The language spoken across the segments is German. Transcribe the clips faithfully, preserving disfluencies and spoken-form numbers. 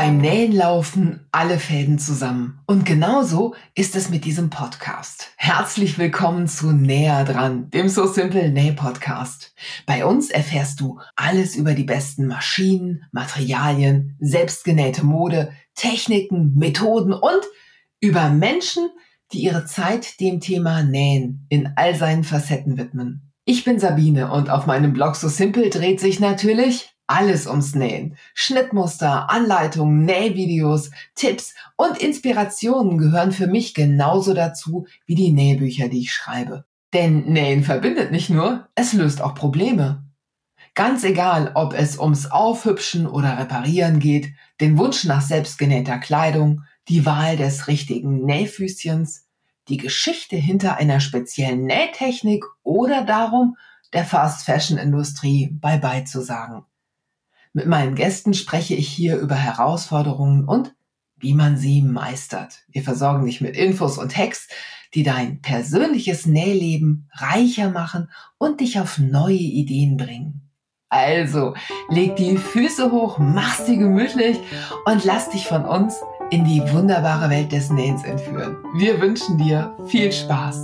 Beim Nähen laufen alle Fäden zusammen. Und genauso ist es mit diesem Podcast. Herzlich willkommen zu Näher dran, dem So Simple Näh Podcast. Bei uns erfährst du alles über die besten Maschinen, Materialien, selbstgenähte Mode, Techniken, Methoden und über Menschen, die ihre Zeit dem Thema Nähen in all seinen Facetten widmen. Ich bin Sabine und auf meinem Blog So Simple dreht sich natürlich alles ums Nähen. Schnittmuster, Anleitungen, Nähvideos, Tipps und Inspirationen gehören für mich genauso dazu wie die Nähbücher, die ich schreibe. Denn Nähen verbindet nicht nur, es löst auch Probleme. Ganz egal, ob es ums Aufhübschen oder Reparieren geht, den Wunsch nach selbstgenähter Kleidung, die Wahl des richtigen Nähfüßchens, die Geschichte hinter einer speziellen Nähtechnik oder darum, der Fast-Fashion-Industrie Bye-bye zu sagen. Mit meinen Gästen spreche ich hier über Herausforderungen und wie man sie meistert. Wir versorgen dich mit Infos und Hacks, die dein persönliches Nähleben reicher machen und dich auf neue Ideen bringen. Also, leg die Füße hoch, mach sie gemütlich und lass dich von uns in die wunderbare Welt des Nähens entführen. Wir wünschen dir viel Spaß.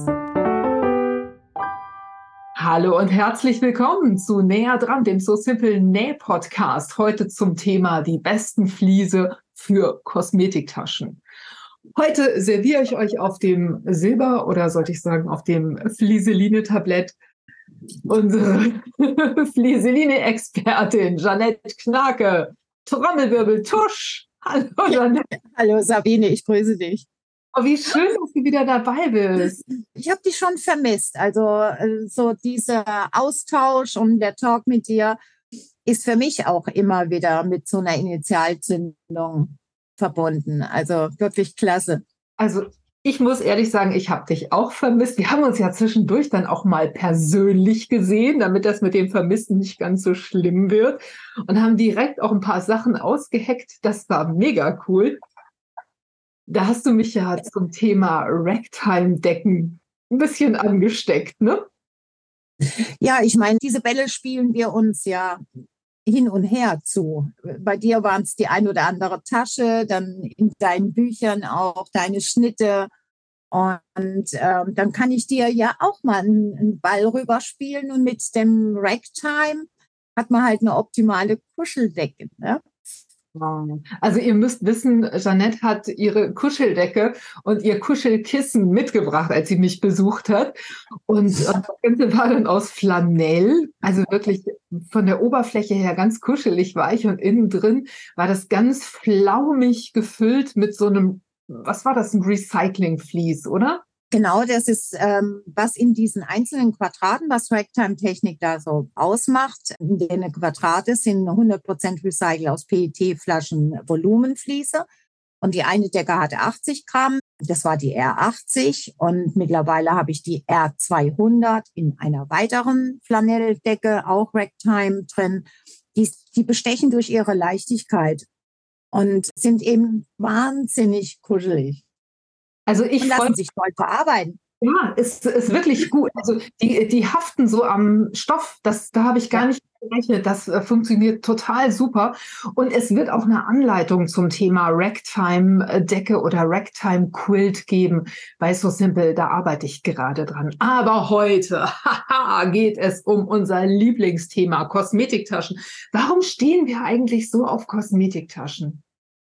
Hallo und herzlich willkommen zu Näher dran, dem So Simple Näh Podcast. Heute zum Thema die besten Fliese für Kosmetiktaschen. Heute serviere ich euch auf dem Silber oder sollte ich sagen auf dem Flieseline-Tablett unsere Flieseline-Expertin Jeanette Knake. Trommelwirbel, Tusch. Hallo Jeanette. Hallo Sabine, ich grüße dich. Oh, wie schön, dass du wieder dabei bist. Ich habe dich schon vermisst. Also so dieser Austausch und der Talk mit dir ist für mich auch immer wieder mit so einer Initialzündung verbunden. Also wirklich klasse. Also ich muss ehrlich sagen, ich habe dich auch vermisst. Wir haben uns ja zwischendurch dann auch mal persönlich gesehen, damit das mit dem Vermissen nicht ganz so schlimm wird. Und haben direkt auch ein paar Sachen ausgeheckt. Das war mega cool. Da hast du mich ja zum Thema Ragtime-Decken ein bisschen angesteckt, ne? Ja, ich meine, diese Bälle spielen wir uns ja hin und her zu. Bei dir waren es die ein oder andere Tasche, dann in deinen Büchern auch deine Schnitte. Und ähm, dann kann ich dir ja auch mal einen, einen Ball rüberspielen. Und mit dem Ragtime hat man halt eine optimale Kuscheldecke, ne? Also ihr müsst wissen, Jeanette hat ihre Kuscheldecke und ihr Kuschelkissen mitgebracht, als sie mich besucht hat. Und das Ganze war dann aus Flanell, also wirklich von der Oberfläche her ganz kuschelig weich und innen drin war das ganz flaumig gefüllt mit so einem, was war das, ein Recycling-Vlies, oder? Genau, das ist, ähm, was in diesen einzelnen Quadraten, was Ragtime-Technik da so ausmacht. In den Quadrate sind hundert Prozent Recycle aus P E T-Flaschen Volumenfliese. Und die eine Decke hatte achtzig Gramm. Das war die R achtzig. Und mittlerweile habe ich die R zweihundert in einer weiteren Flanelldecke, auch Ragtime drin. Die, die bestechen durch ihre Leichtigkeit und sind eben wahnsinnig kuschelig. Also ich und lassen sich toll verarbeiten. Ja, ist, ist wirklich gut. Also die, die haften so am Stoff. Das, da habe ich gar ja. nicht gerechnet. Das äh, funktioniert total super. Und es wird auch eine Anleitung zum Thema Ragtime-Decke oder Ragtime-Quilt geben. Bei So Simple, da arbeite ich gerade dran. Aber heute haha, geht es um unser Lieblingsthema, Kosmetiktaschen. Warum stehen wir eigentlich so auf Kosmetiktaschen?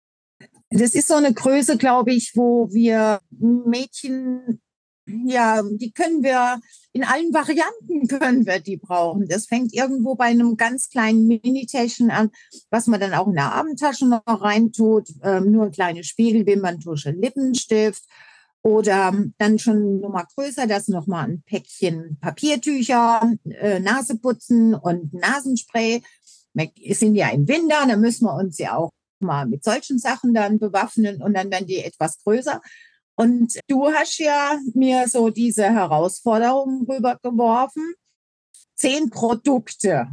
Das ist so eine Größe, glaube ich, wo wir Mädchen, ja, die können wir, in allen Varianten können wir die brauchen. Das fängt irgendwo bei einem ganz kleinen Mini-Täschchen an, was man dann auch in der Abendtasche noch reintut, ähm, nur kleine Spiegel, Wimperntusche, Lippenstift oder dann schon nochmal größer, das nochmal ein Päckchen Papiertücher, äh, Naseputzen und Nasenspray. Wir sind ja im Winter, da müssen wir uns ja auch mal mit solchen Sachen dann bewaffnen und dann, dann die etwas größer. Und du hast ja mir so diese Herausforderungen rübergeworfen. Zehn Produkte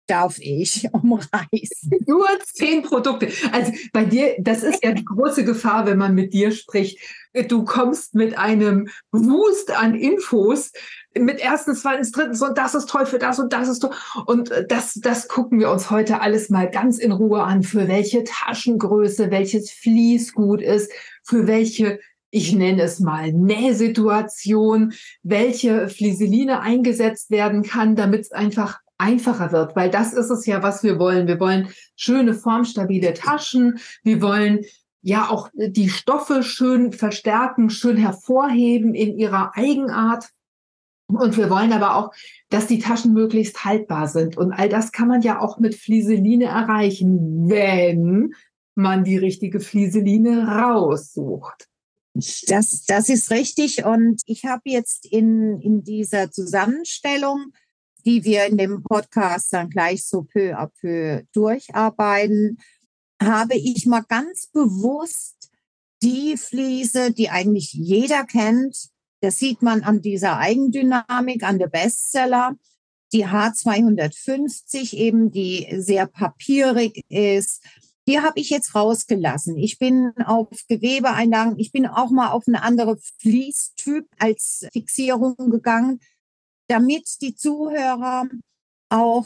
darf ich umreißen. Nur zehn Produkte. Also bei dir, das ist ja die große Gefahr, wenn man mit dir spricht. Du kommst mit einem Wust an Infos, mit erstens, zweitens, drittens und das ist toll für das und das ist toll. Und das, das gucken wir uns heute alles mal ganz in Ruhe an, für welche Taschengröße, welches Vlies gut ist, für welche, ich nenne es mal, Nähsituation, welche Flieseline eingesetzt werden kann, damit es einfach einfacher wird, weil das ist es ja, was wir wollen. Wir wollen schöne, formstabile Taschen. Wir wollen ja auch die Stoffe schön verstärken, schön hervorheben in ihrer Eigenart. Und wir wollen aber auch, dass die Taschen möglichst haltbar sind. Und all das kann man ja auch mit Flieseline erreichen, wenn man die richtige Flieseline raussucht. Das, das ist richtig. Und ich habe jetzt in, in dieser Zusammenstellung, die wir in dem Podcast dann gleich so peu à peu durcharbeiten, habe ich mal ganz bewusst die Fliese, die eigentlich jeder kennt, das sieht man an dieser Eigendynamik, an der Bestseller, die H zweihundertfünfzig eben, die sehr papierig ist, die habe ich jetzt rausgelassen. Ich bin auf Gewebeeinlagen, ich bin auch mal auf eine andere Fließtyp als Fixierung gegangen, damit die Zuhörer auch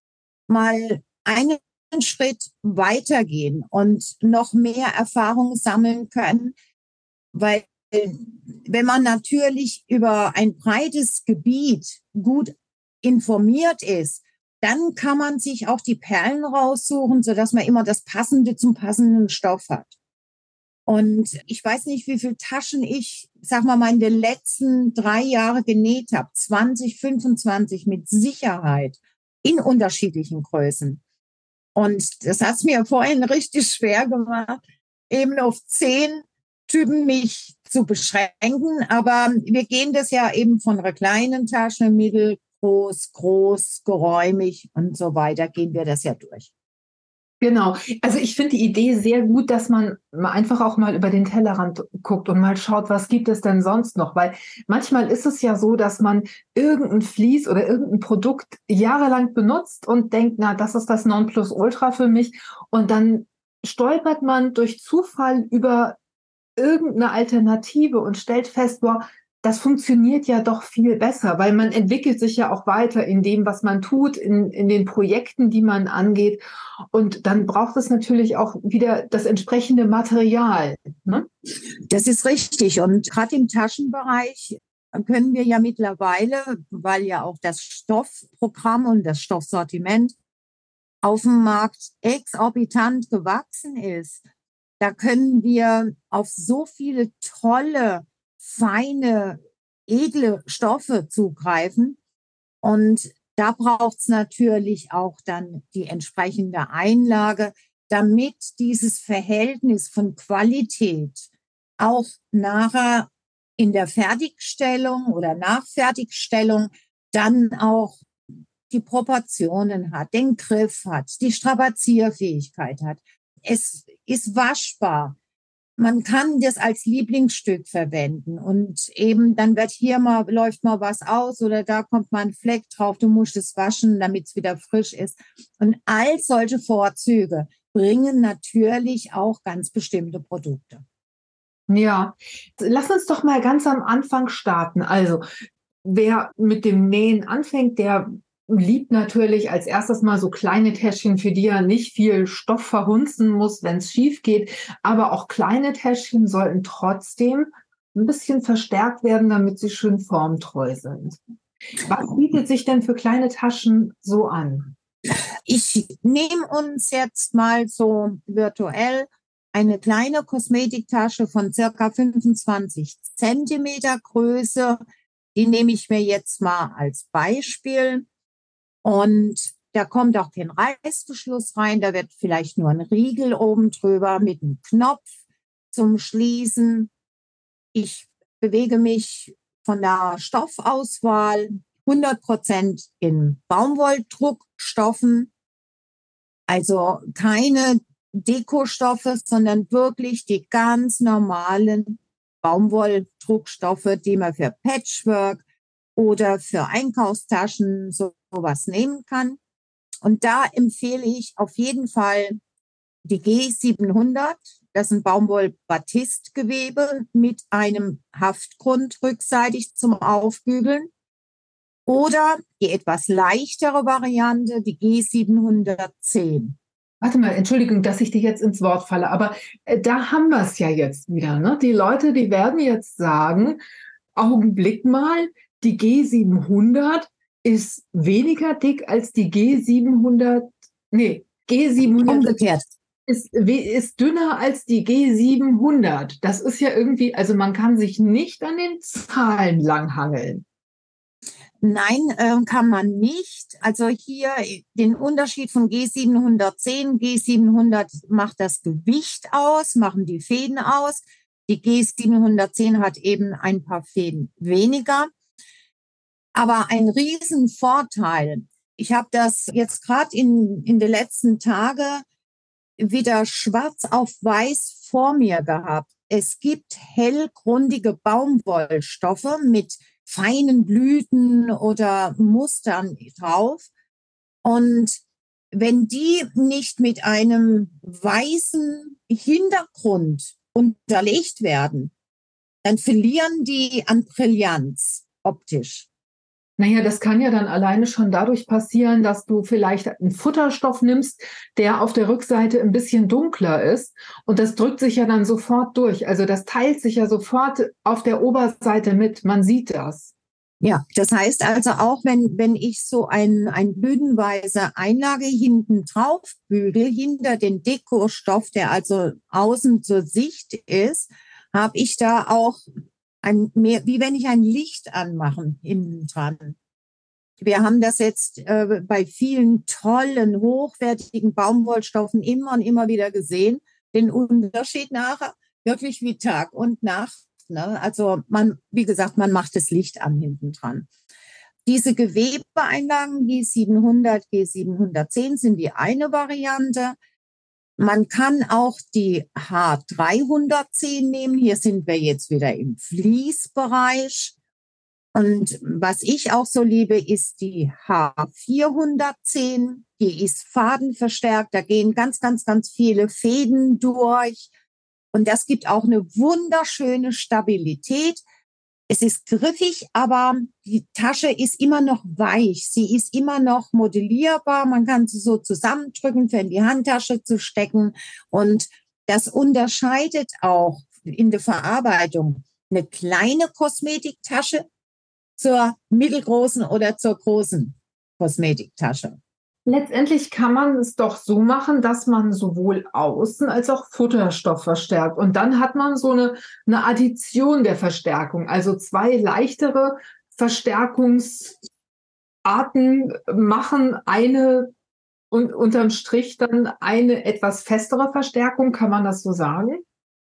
mal einen Schritt weitergehen und noch mehr Erfahrung sammeln können, weil wenn man natürlich über ein breites Gebiet gut informiert ist, dann kann man sich auch die Perlen raussuchen, sodass man immer das Passende zum passenden Stoff hat. Und ich weiß nicht, wie viele Taschen ich, sag mal, mal in den letzten drei Jahren genäht habe. zwanzig, fünfundzwanzig mit Sicherheit in unterschiedlichen Größen. Und das hat es mir vorhin richtig schwer gemacht, eben auf zehn Typen mich zu beschränken. Aber wir gehen das ja eben von einer kleinen Tasche, mittel, groß, groß, geräumig und so weiter, gehen wir das ja durch. Genau. Also ich finde die Idee sehr gut, dass man einfach auch mal über den Tellerrand guckt und mal schaut, was gibt es denn sonst noch? Weil manchmal ist es ja so, dass man irgendein Vlies oder irgendein Produkt jahrelang benutzt und denkt, na, das ist das Nonplusultra für mich. Und dann stolpert man durch Zufall über irgendeine Alternative und stellt fest, boah, das funktioniert ja doch viel besser, weil man entwickelt sich ja auch weiter in dem, was man tut, in, in den Projekten, die man angeht. Und dann braucht es natürlich auch wieder das entsprechende Material. Ne? Das ist richtig. Und gerade im Taschenbereich können wir ja mittlerweile, weil ja auch das Stoffprogramm und das Stoffsortiment auf dem Markt exorbitant gewachsen ist, da können wir auf so viele tolle, feine, edle Stoffe zugreifen. Und da braucht es natürlich auch dann die entsprechende Einlage, damit dieses Verhältnis von Qualität auch nachher in der Fertigstellung oder Nachfertigstellung dann auch die Proportionen hat, den Griff hat, die Strapazierfähigkeit hat. Es ist waschbar. Man kann das als Lieblingsstück verwenden und eben dann wird hier mal, läuft mal was aus oder da kommt mal ein Fleck drauf, du musst es waschen, damit es wieder frisch ist. Und all solche Vorzüge bringen natürlich auch ganz bestimmte Produkte. Ja, lass uns doch mal ganz am Anfang starten. Also wer mit dem Nähen anfängt, der liebt natürlich als erstes mal so kleine Täschchen, für die er nicht viel Stoff verhunzen muss, wenn es schief geht. Aber auch kleine Täschchen sollten trotzdem ein bisschen verstärkt werden, damit sie schön formtreu sind. Was bietet sich denn für kleine Taschen so an? Ich nehme uns jetzt mal so virtuell eine kleine Kosmetiktasche von circa fünfundzwanzig Zentimeter Größe. Die nehme ich mir jetzt mal als Beispiel. Und da kommt auch kein Reißverschluss rein. Da wird vielleicht nur ein Riegel oben drüber mit einem Knopf zum Schließen. Ich bewege mich von der Stoffauswahl hundert Prozent in Baumwolldruckstoffen. Also keine Dekostoffe, sondern wirklich die ganz normalen Baumwolldruckstoffe, die man für Patchwork oder für Einkaufstaschen sowas nehmen kann. Und da empfehle ich auf jeden Fall die G siebenhundert. Das ist ein Baumwoll-Batist-Gewebe mit einem Haftgrund rückseitig zum Aufbügeln. Oder die etwas leichtere Variante, die G siebenhundertzehn. Warte mal, Entschuldigung, dass ich dir jetzt ins Wort falle, aber äh, da haben wir es ja jetzt wieder. Ne? Die Leute, die werden jetzt sagen, Augenblick mal, die G siebenhundert ist weniger dick als die G siebenhundert, nee, G siebenhundert Umgekehrt. Ist, ist dünner als die G siebenhundert. Das ist ja irgendwie, also man kann sich nicht an den Zahlen langhangeln. Nein, äh, kann man nicht. Also hier den Unterschied von G siebenhundertzehn, G siebenhundert macht das Gewicht aus, machen die Fäden aus. Die G siebenhundertzehn hat eben ein paar Fäden weniger. Aber ein Riesenvorteil. Ich habe das jetzt gerade in, in den letzten Tagen wieder schwarz auf weiß vor mir gehabt. Es gibt hellgrundige Baumwollstoffe mit feinen Blüten oder Mustern drauf. Und wenn die nicht mit einem weißen Hintergrund unterlegt werden, dann verlieren die an Brillanz optisch. Naja, das kann ja dann alleine schon dadurch passieren, dass du vielleicht einen Futterstoff nimmst, der auf der Rückseite ein bisschen dunkler ist. Und das drückt sich ja dann sofort durch. Also das teilt sich ja sofort auf der Oberseite mit. Man sieht das. Ja, das heißt also auch, wenn, wenn ich so ein, ein blütenweise Einlage hinten drauf bügel, hinter den Dekostoff, der also außen zur Sicht ist, habe ich da auch ein mehr, wie wenn ich ein Licht anmachen hinten dran. Wir haben das jetzt äh, bei vielen tollen, hochwertigen Baumwollstoffen immer und immer wieder gesehen. Den Unterschied nachher wirklich wie Tag und Nacht. Ne? Also man, wie gesagt, man macht das Licht an hinten dran. Diese Gewebeeinlagen G siebenhundert, G siebenhundertzehn sind die eine Variante. Man kann auch die H dreihundertzehn nehmen. Hier sind wir jetzt wieder im Fließbereich. Und was ich auch so liebe, ist die H vierhundertzehn. Die ist fadenverstärkt. Da gehen ganz, ganz, ganz viele Fäden durch. Und das gibt auch eine wunderschöne Stabilität. Es ist griffig, aber die Tasche ist immer noch weich. Sie ist immer noch modellierbar. Man kann sie so zusammendrücken, für in die Handtasche zu stecken. Und das unterscheidet auch in der Verarbeitung eine kleine Kosmetiktasche zur mittelgroßen oder zur großen Kosmetiktasche. Letztendlich kann man es doch so machen, dass man sowohl Außen als auch Futterstoff verstärkt. Und dann hat man so eine, eine Addition der Verstärkung. Also zwei leichtere Verstärkungsarten machen eine und unterm Strich dann eine etwas festere Verstärkung. Kann man das so sagen?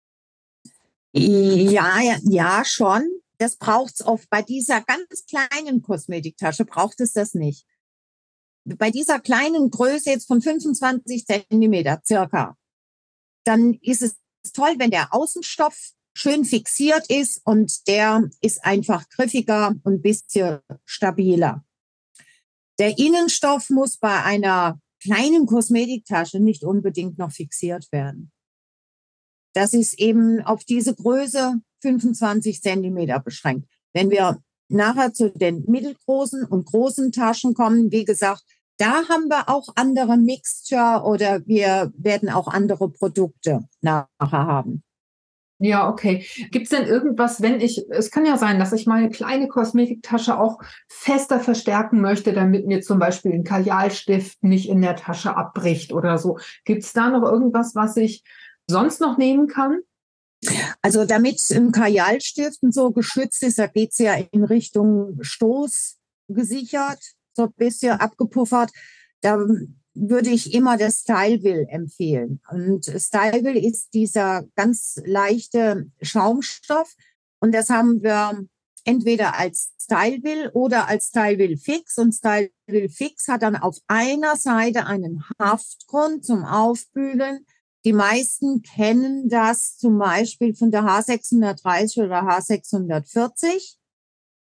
Ja, ja, ja, schon. Das braucht es oft. Bei dieser ganz kleinen Kosmetiktasche braucht es das nicht. Bei dieser kleinen Größe jetzt von fünfundzwanzig Zentimeter circa, dann ist es toll, wenn der Außenstoff schön fixiert ist und der ist einfach griffiger und ein bisschen stabiler. Der Innenstoff muss bei einer kleinen Kosmetiktasche nicht unbedingt noch fixiert werden. Das ist eben auf diese Größe fünfundzwanzig Zentimeter beschränkt. Wenn wir nachher zu den mittelgroßen und großen Taschen kommen, wie gesagt, da haben wir auch andere Mixture oder wir werden auch andere Produkte nachher haben. Ja, okay. Gibt es denn irgendwas, wenn ich, es kann ja sein, dass ich meine kleine Kosmetiktasche auch fester verstärken möchte, damit mir zum Beispiel ein Kajalstift nicht in der Tasche abbricht oder so. Gibt es da noch irgendwas, was ich sonst noch nehmen kann? Also damit ein Kajalstift so geschützt ist, da geht es ja in Richtung Stoß gesichert, so ein bisschen abgepuffert. Da würde ich immer das Styleville empfehlen. Und Styleville ist dieser ganz leichte Schaumstoff. Und das haben wir entweder als Styleville oder als Styleville Fix. Und Styleville Fix hat dann auf einer Seite einen Haftgrund zum Aufbügeln. Die meisten kennen das zum Beispiel von der H sechshundertdreißig oder H sechshundertvierzig.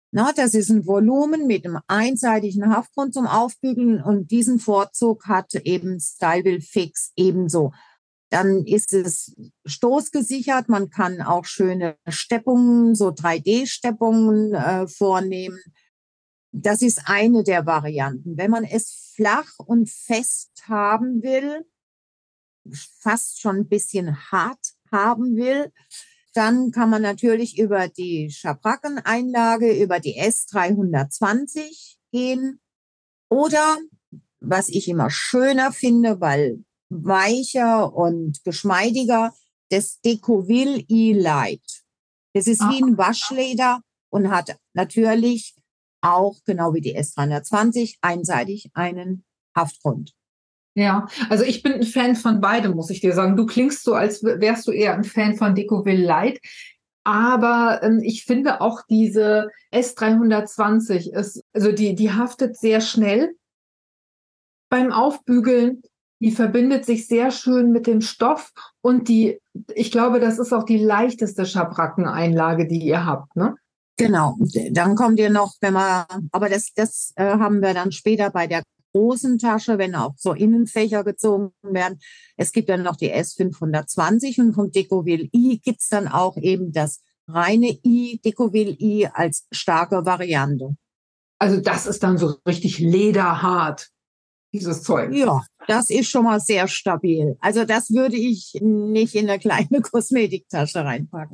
Na, das ist ein Volumen mit einem einseitigen Haftgrund zum Aufbügeln und diesen Vorzug hat eben Style Fix ebenso. Dann ist es stoßgesichert. Man kann auch schöne Steppungen, so drei D-Steppungen äh, vornehmen. Das ist eine der Varianten. Wenn man es flach und fest haben will, fast schon ein bisschen hart haben will, dann kann man natürlich über die Schabrackeneinlage, über die S dreihundertzwanzig gehen. Oder, was ich immer schöner finde, weil weicher und geschmeidiger, das Decovil E-Light. Das ist wie ein Waschleder und hat natürlich auch, genau wie die S dreihundertzwanzig, einseitig einen Haftgrund. Ja, also ich bin ein Fan von beidem, muss ich dir sagen. Du klingst so, als wärst du eher ein Fan von Decovil Light. Aber ähm, ich finde auch diese S dreihundertzwanzig ist, also die, die haftet sehr schnell beim Aufbügeln. Die verbindet sich sehr schön mit dem Stoff und die, ich glaube, das ist auch die leichteste Schabrackeneinlage, die ihr habt, ne? Genau. Dann kommt ihr noch, wenn wir, aber das, das äh, haben wir dann später bei der großen Tasche, wenn auch so Innenfächer gezogen werden. Es gibt dann noch die S fünfhundertzwanzig und vom Decovil I gibt's dann auch eben das reine I, Decovil I als starke Variante. Also das ist dann so richtig lederhart, dieses Zeug. Ja, das ist schon mal sehr stabil. Also das würde ich nicht in eine kleine Kosmetiktasche reinpacken.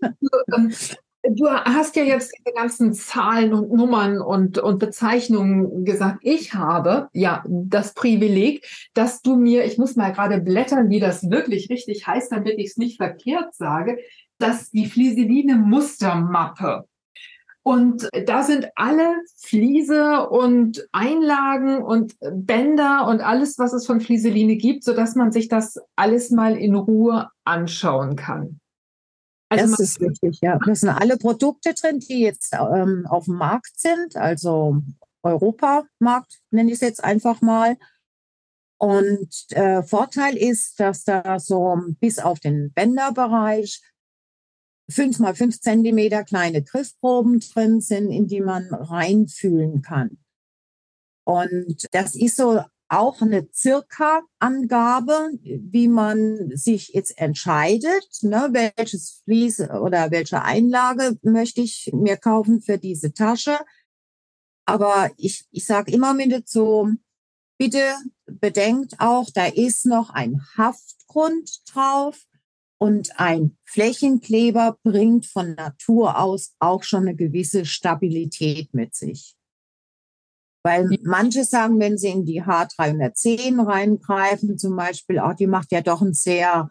Du hast ja jetzt diese ganzen Zahlen und Nummern und, und Bezeichnungen gesagt. Ich habe ja das Privileg, dass du mir, ich muss mal gerade blättern, wie das wirklich richtig heißt, damit ich es nicht verkehrt sage, dass die Flieseline Mustermappe. Und da sind alle Fliese und Einlagen und Bänder und alles, was es von Flieseline gibt, sodass man sich das alles mal in Ruhe anschauen kann. Also das ist richtig, ja. Das sind alle Produkte drin, die jetzt ähm, auf dem Markt sind, also Europamarkt nenne ich es jetzt einfach mal. Und äh, Vorteil ist, dass da so bis auf den Bänderbereich fünf mal fünf Zentimeter kleine Griffproben drin sind, in die man reinfühlen kann. Und das ist so auch eine Circa-Angabe, wie man sich jetzt entscheidet, ne, welches Vlies oder welche Einlage möchte ich mir kaufen für diese Tasche. Aber ich, ich sage immer mit dazu, bitte bedenkt auch, da ist noch ein Haftgrund drauf und ein Flächenkleber bringt von Natur aus auch schon eine gewisse Stabilität mit sich. Weil manche sagen, wenn sie in die H dreihundertzehn reingreifen, zum Beispiel, auch die macht ja doch einen sehr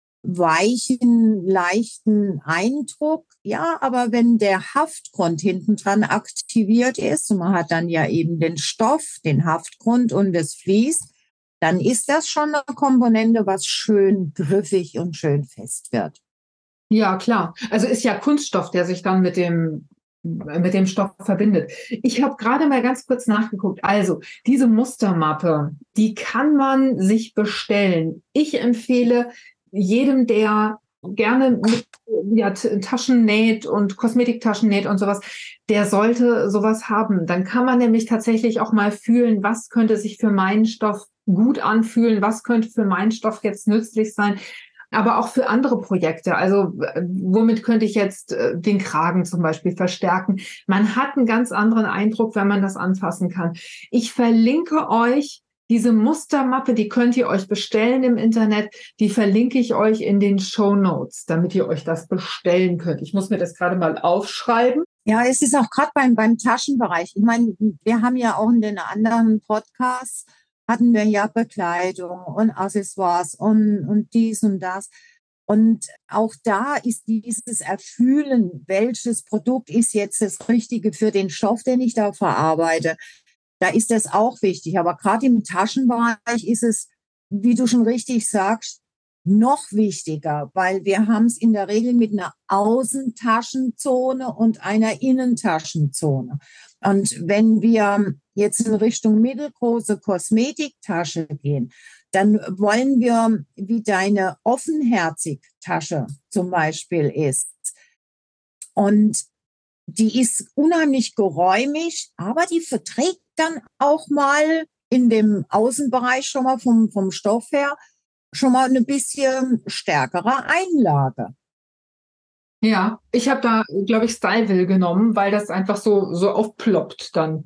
weichen, leichten Eindruck. Ja, aber wenn der Haftgrund hinten dran aktiviert ist, und man hat dann ja eben den Stoff, den Haftgrund und das Vlies, dann ist das schon eine Komponente, was schön griffig und schön fest wird. Ja, klar. Also ist ja Kunststoff, der sich dann mit dem mit dem Stoff verbindet. Ich habe gerade mal ganz kurz nachgeguckt. Also diese Mustermappe, die kann man sich bestellen. Ich empfehle jedem, der gerne mit ja, Taschen näht und Kosmetiktaschen näht und sowas, der sollte sowas haben. Dann kann man nämlich tatsächlich auch mal fühlen, was könnte sich für meinen Stoff gut anfühlen, was könnte für meinen Stoff jetzt nützlich sein. Aber auch für andere Projekte. Also womit könnte ich jetzt äh, den Kragen zum Beispiel verstärken? Man hat einen ganz anderen Eindruck, wenn man das anfassen kann. Ich verlinke euch diese Mustermappe, die könnt ihr euch bestellen im Internet. Die verlinke ich euch in den Shownotes, damit ihr euch das bestellen könnt. Ich muss mir das gerade mal aufschreiben. Ja, es ist auch gerade beim, beim Taschenbereich. Ich meine, wir haben ja auch in den anderen Podcasts hatten wir ja Bekleidung und Accessoires und, und dies und das. Und auch da ist dieses Erfühlen, welches Produkt ist jetzt das Richtige für den Stoff, den ich da verarbeite. Da ist das auch wichtig. Aber gerade im Taschenbereich ist es, wie du schon richtig sagst, noch wichtiger, weil wir haben es in der Regel mit einer Außentaschenzone und einer Innentaschenzone. Und wenn wir jetzt in Richtung mittelgroße Kosmetiktasche gehen, dann wollen wir, wie deine Offenherzig-Tasche zum Beispiel ist. Und die ist unheimlich geräumig, aber die verträgt dann auch mal in dem Außenbereich schon mal vom, vom Stoff her schon mal eine bisschen stärkere Einlage. Ja, ich habe da, glaube ich, Styleville genommen, weil das einfach so, so aufploppt dann.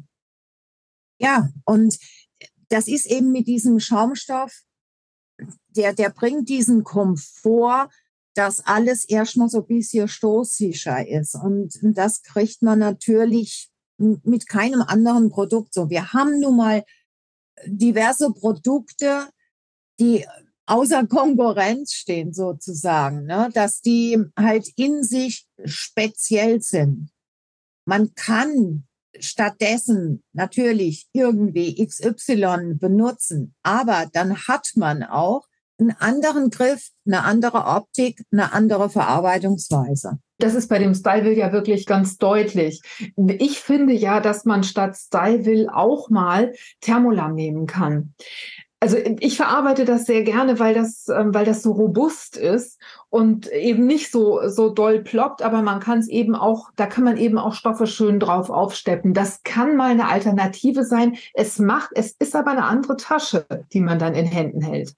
Ja, und das ist eben mit diesem Schaumstoff, der, der bringt diesen Komfort, dass alles erstmal so ein bisschen stoßsicher ist. Und das kriegt man natürlich mit keinem anderen Produkt so. Wir haben nun mal diverse Produkte, die außer Konkurrenz stehen sozusagen, ne? Dass die halt in sich speziell sind. Man kann stattdessen natürlich irgendwie X Y benutzen, aber dann hat man auch einen anderen Griff, eine andere Optik, eine andere Verarbeitungsweise. Das ist bei dem Styleville ja wirklich ganz deutlich. Ich finde ja, dass man statt Styleville auch mal Thermolam nehmen kann. Also ich verarbeite das sehr gerne, weil das, weil das so robust ist und eben nicht so, so doll ploppt, aber man kann es eben auch, da kann man eben auch Stoffe schön drauf aufsteppen. Das kann mal eine Alternative sein. Es macht, es ist aber eine andere Tasche, die man dann in Händen hält.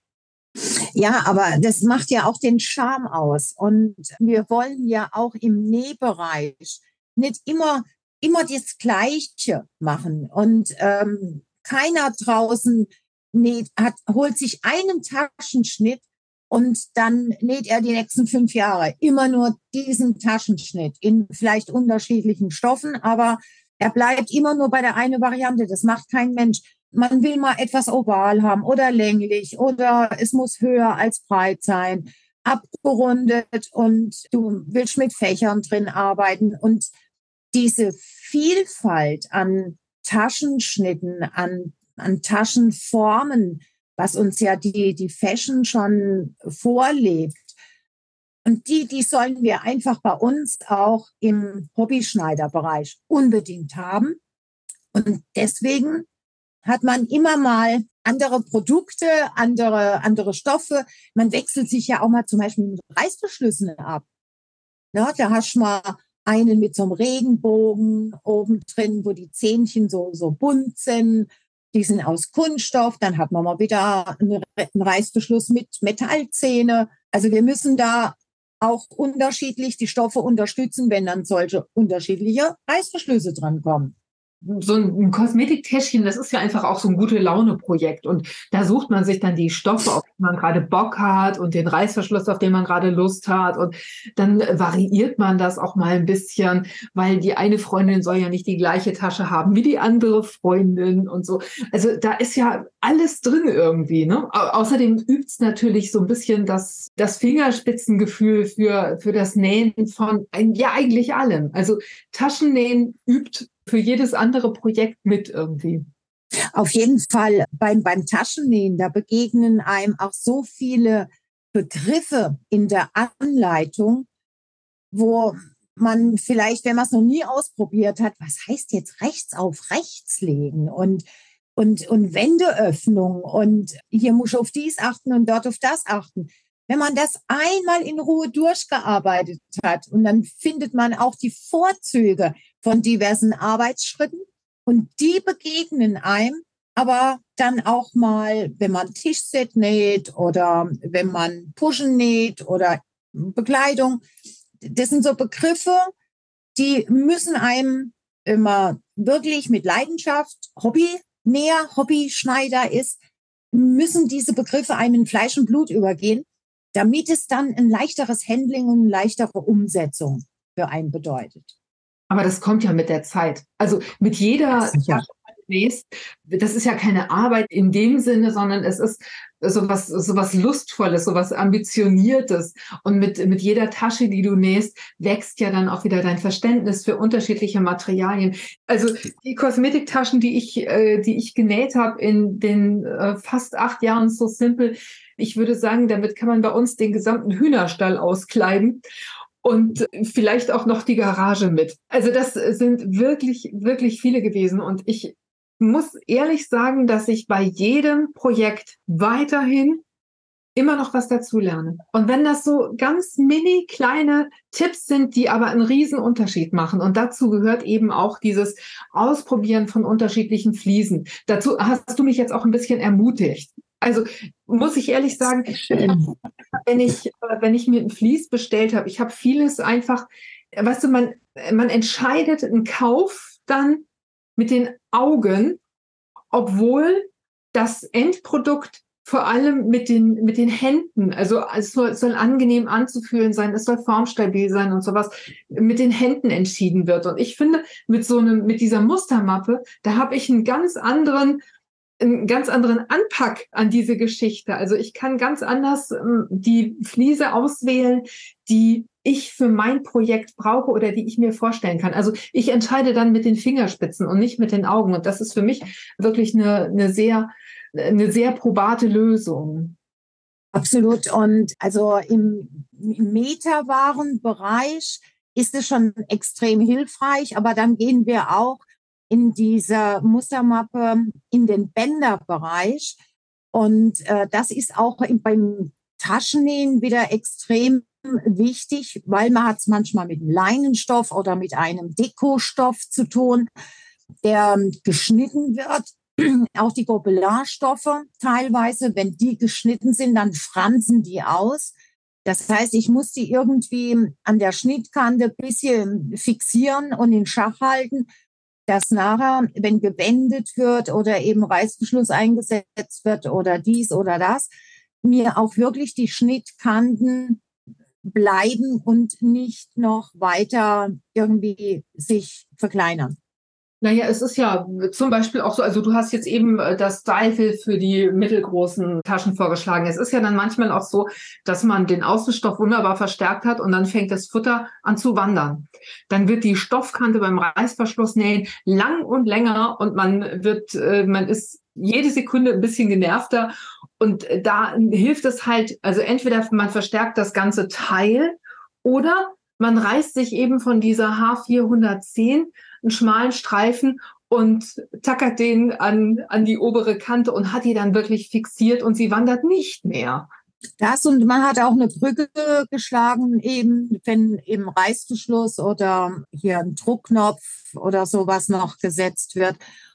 Ja, aber das macht ja auch den Charme aus. Und wir wollen ja auch im Nähbereich nicht immer, immer das Gleiche machen. Und ähm, keiner draußen näht, hat, holt sich einen Taschenschnitt und dann näht er die nächsten fünf Jahre immer nur diesen Taschenschnitt in vielleicht unterschiedlichen Stoffen, aber er bleibt immer nur bei der einen Variante. Das macht kein Mensch. Man will mal etwas oval haben oder länglich oder es muss höher als breit sein, abgerundet und du willst mit Fächern drin arbeiten. Und diese Vielfalt an Taschenschnitten, an, an Taschenformen, was uns ja die, die Fashion schon vorlebt, und die, die sollen wir einfach bei uns auch im Hobbyschneiderbereich unbedingt haben. Und deswegen hat man immer mal andere Produkte, andere, andere Stoffe. Man wechselt sich ja auch mal zum Beispiel mit Reißverschlüssen ab. Ja, da hast du mal einen mit so einem Regenbogen oben drin, wo die Zähnchen so, so bunt sind. Die sind aus Kunststoff. Dann hat man mal wieder einen Reißverschluss mit Metallzähne. Also wir müssen da auch unterschiedlich die Stoffe unterstützen, wenn dann solche unterschiedliche Reißverschlüsse dran kommen. So ein Kosmetiktäschchen, das ist ja einfach auch so ein Gute-Laune-Projekt. Und da sucht man sich dann die Stoffe, auf die man gerade Bock hat und den Reißverschluss, auf den man gerade Lust hat. Und dann variiert man das auch mal ein bisschen, weil die eine Freundin soll ja nicht die gleiche Tasche haben wie die andere Freundin und so. Also da ist ja alles drin irgendwie, ne? Au- außerdem übt's natürlich so ein bisschen das, das Fingerspitzengefühl für, für das Nähen von, ja, eigentlich allem. Also Taschennähen übt für jedes andere Projekt mit irgendwie. Auf jeden Fall beim, beim Taschennähen, da begegnen einem auch so viele Begriffe in der Anleitung, wo man vielleicht, wenn man es noch nie ausprobiert hat, was heißt jetzt rechts auf rechts legen und, und, und Wendeöffnung und hier muss ich auf dies achten und dort auf das achten. Wenn man das einmal in Ruhe durchgearbeitet hat und dann findet man auch die Vorzüge von diversen Arbeitsschritten und die begegnen einem, aber dann auch mal, wenn man Tischset näht oder wenn man Puschen näht oder Bekleidung. Das sind so Begriffe, die müssen einem immer wirklich mit Leidenschaft, Hobbynäher, Hobbyschneider ist, müssen diese Begriffe einem in Fleisch und Blut übergehen, damit es dann ein leichteres Handling und eine leichtere Umsetzung für einen bedeutet. Aber das kommt ja mit der Zeit. Also mit jeder Ja. Tasche, die du nähst, das ist ja keine Arbeit in dem Sinne, sondern es ist sowas, sowas Lustvolles, sowas Ambitioniertes. Und mit, mit jeder Tasche, die du nähst, wächst ja dann auch wieder dein Verständnis für unterschiedliche Materialien. Also die Kosmetiktaschen, die ich, äh, die ich genäht habe in den äh, fast acht Jahren So Simple, ich würde sagen, damit kann man bei uns den gesamten Hühnerstall auskleiden. Und vielleicht auch noch die Garage mit. Also das sind wirklich, wirklich viele gewesen. Und ich muss ehrlich sagen, dass ich bei jedem Projekt weiterhin immer noch was dazulerne. Und wenn das so ganz mini kleine Tipps sind, die aber einen riesen Unterschied machen. Und dazu gehört eben auch dieses Ausprobieren von unterschiedlichen Fliesen. Dazu hast du mich jetzt auch ein bisschen ermutigt. Also muss ich ehrlich sagen, ich hab, wenn ich, wenn ich mir ein Vlies bestellt habe, ich habe vieles einfach, weißt du, man, man entscheidet einen Kauf dann mit den Augen, obwohl das Endprodukt vor allem mit den, mit den Händen, also es soll, es soll angenehm anzufühlen sein, es soll formstabil sein und sowas, mit den Händen entschieden wird. Und ich finde, mit so einem, mit dieser Mustermappe, da habe ich einen ganz anderen, einen ganz anderen Anpack an diese Geschichte. Also ich kann ganz anders ähm, die Fliese auswählen, die ich für mein Projekt brauche oder die ich mir vorstellen kann. Also ich entscheide dann mit den Fingerspitzen und nicht mit den Augen. Und das ist für mich wirklich eine, eine sehr, eine sehr probate Lösung. Absolut. Und also im, im Meterwarenbereich ist es schon extrem hilfreich, aber dann gehen wir auch in dieser Mustermappe in den Bänderbereich. Und äh, das ist auch in, beim Taschennähen wieder extrem wichtig, weil man hat es manchmal mit einem Leinenstoff oder mit einem Dekostoff zu tun, der geschnitten wird. Auch die Gobelin-Stoffe teilweise, wenn die geschnitten sind, dann fransen die aus. Das heißt, ich muss die irgendwie an der Schnittkante ein bisschen fixieren und in Schach halten, dass nachher, wenn gewendet wird oder eben Reißverschluss eingesetzt wird oder dies oder das, mir auch wirklich die Schnittkanten bleiben und nicht noch weiter irgendwie sich verkleinern. Naja, es ist ja zum Beispiel auch so, also du hast jetzt eben das Style für die mittelgroßen Taschen vorgeschlagen. Es ist ja dann manchmal auch so, dass man den Außenstoff wunderbar verstärkt hat und dann fängt das Futter an zu wandern. Dann wird die Stoffkante beim Reißverschlussnähen lang und länger und man wird, man ist jede Sekunde ein bisschen genervter. Und da hilft es halt, also entweder man verstärkt das ganze Teil oder man reißt sich eben von dieser H vierhundertzehn einen schmalen Streifen und tackert den an, an die obere Kante und hat die dann wirklich fixiert und sie wandert nicht mehr. Das und man hat auch eine Brücke geschlagen, eben wenn im Reißverschluss oder hier ein Druckknopf oder sowas noch gesetzt wird.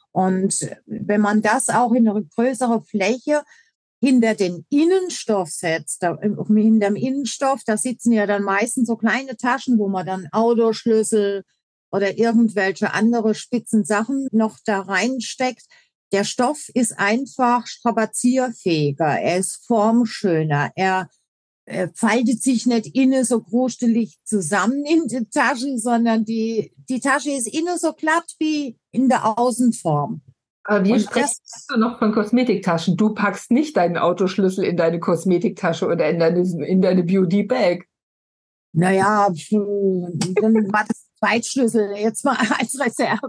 Und wenn man das auch in eine größere Fläche hinter den Innenstoff setzt, da, hinter dem Innenstoff, da sitzen ja dann meistens so kleine Taschen, wo man dann Autoschlüssel oder irgendwelche andere spitzen Sachen noch da reinsteckt. Der Stoff ist einfach strapazierfähiger, er ist formschöner, er, er faltet sich nicht innen so gruselig zusammen in die Tasche, sondern die, die Tasche ist innen so glatt wie in der Außenform. Aber wir sprechen noch von Kosmetiktaschen. Du packst nicht deinen Autoschlüssel in deine Kosmetiktasche oder in deine, in deine Beauty-Bag. Naja, dann war das Zweitschlüssel jetzt mal als Reserve.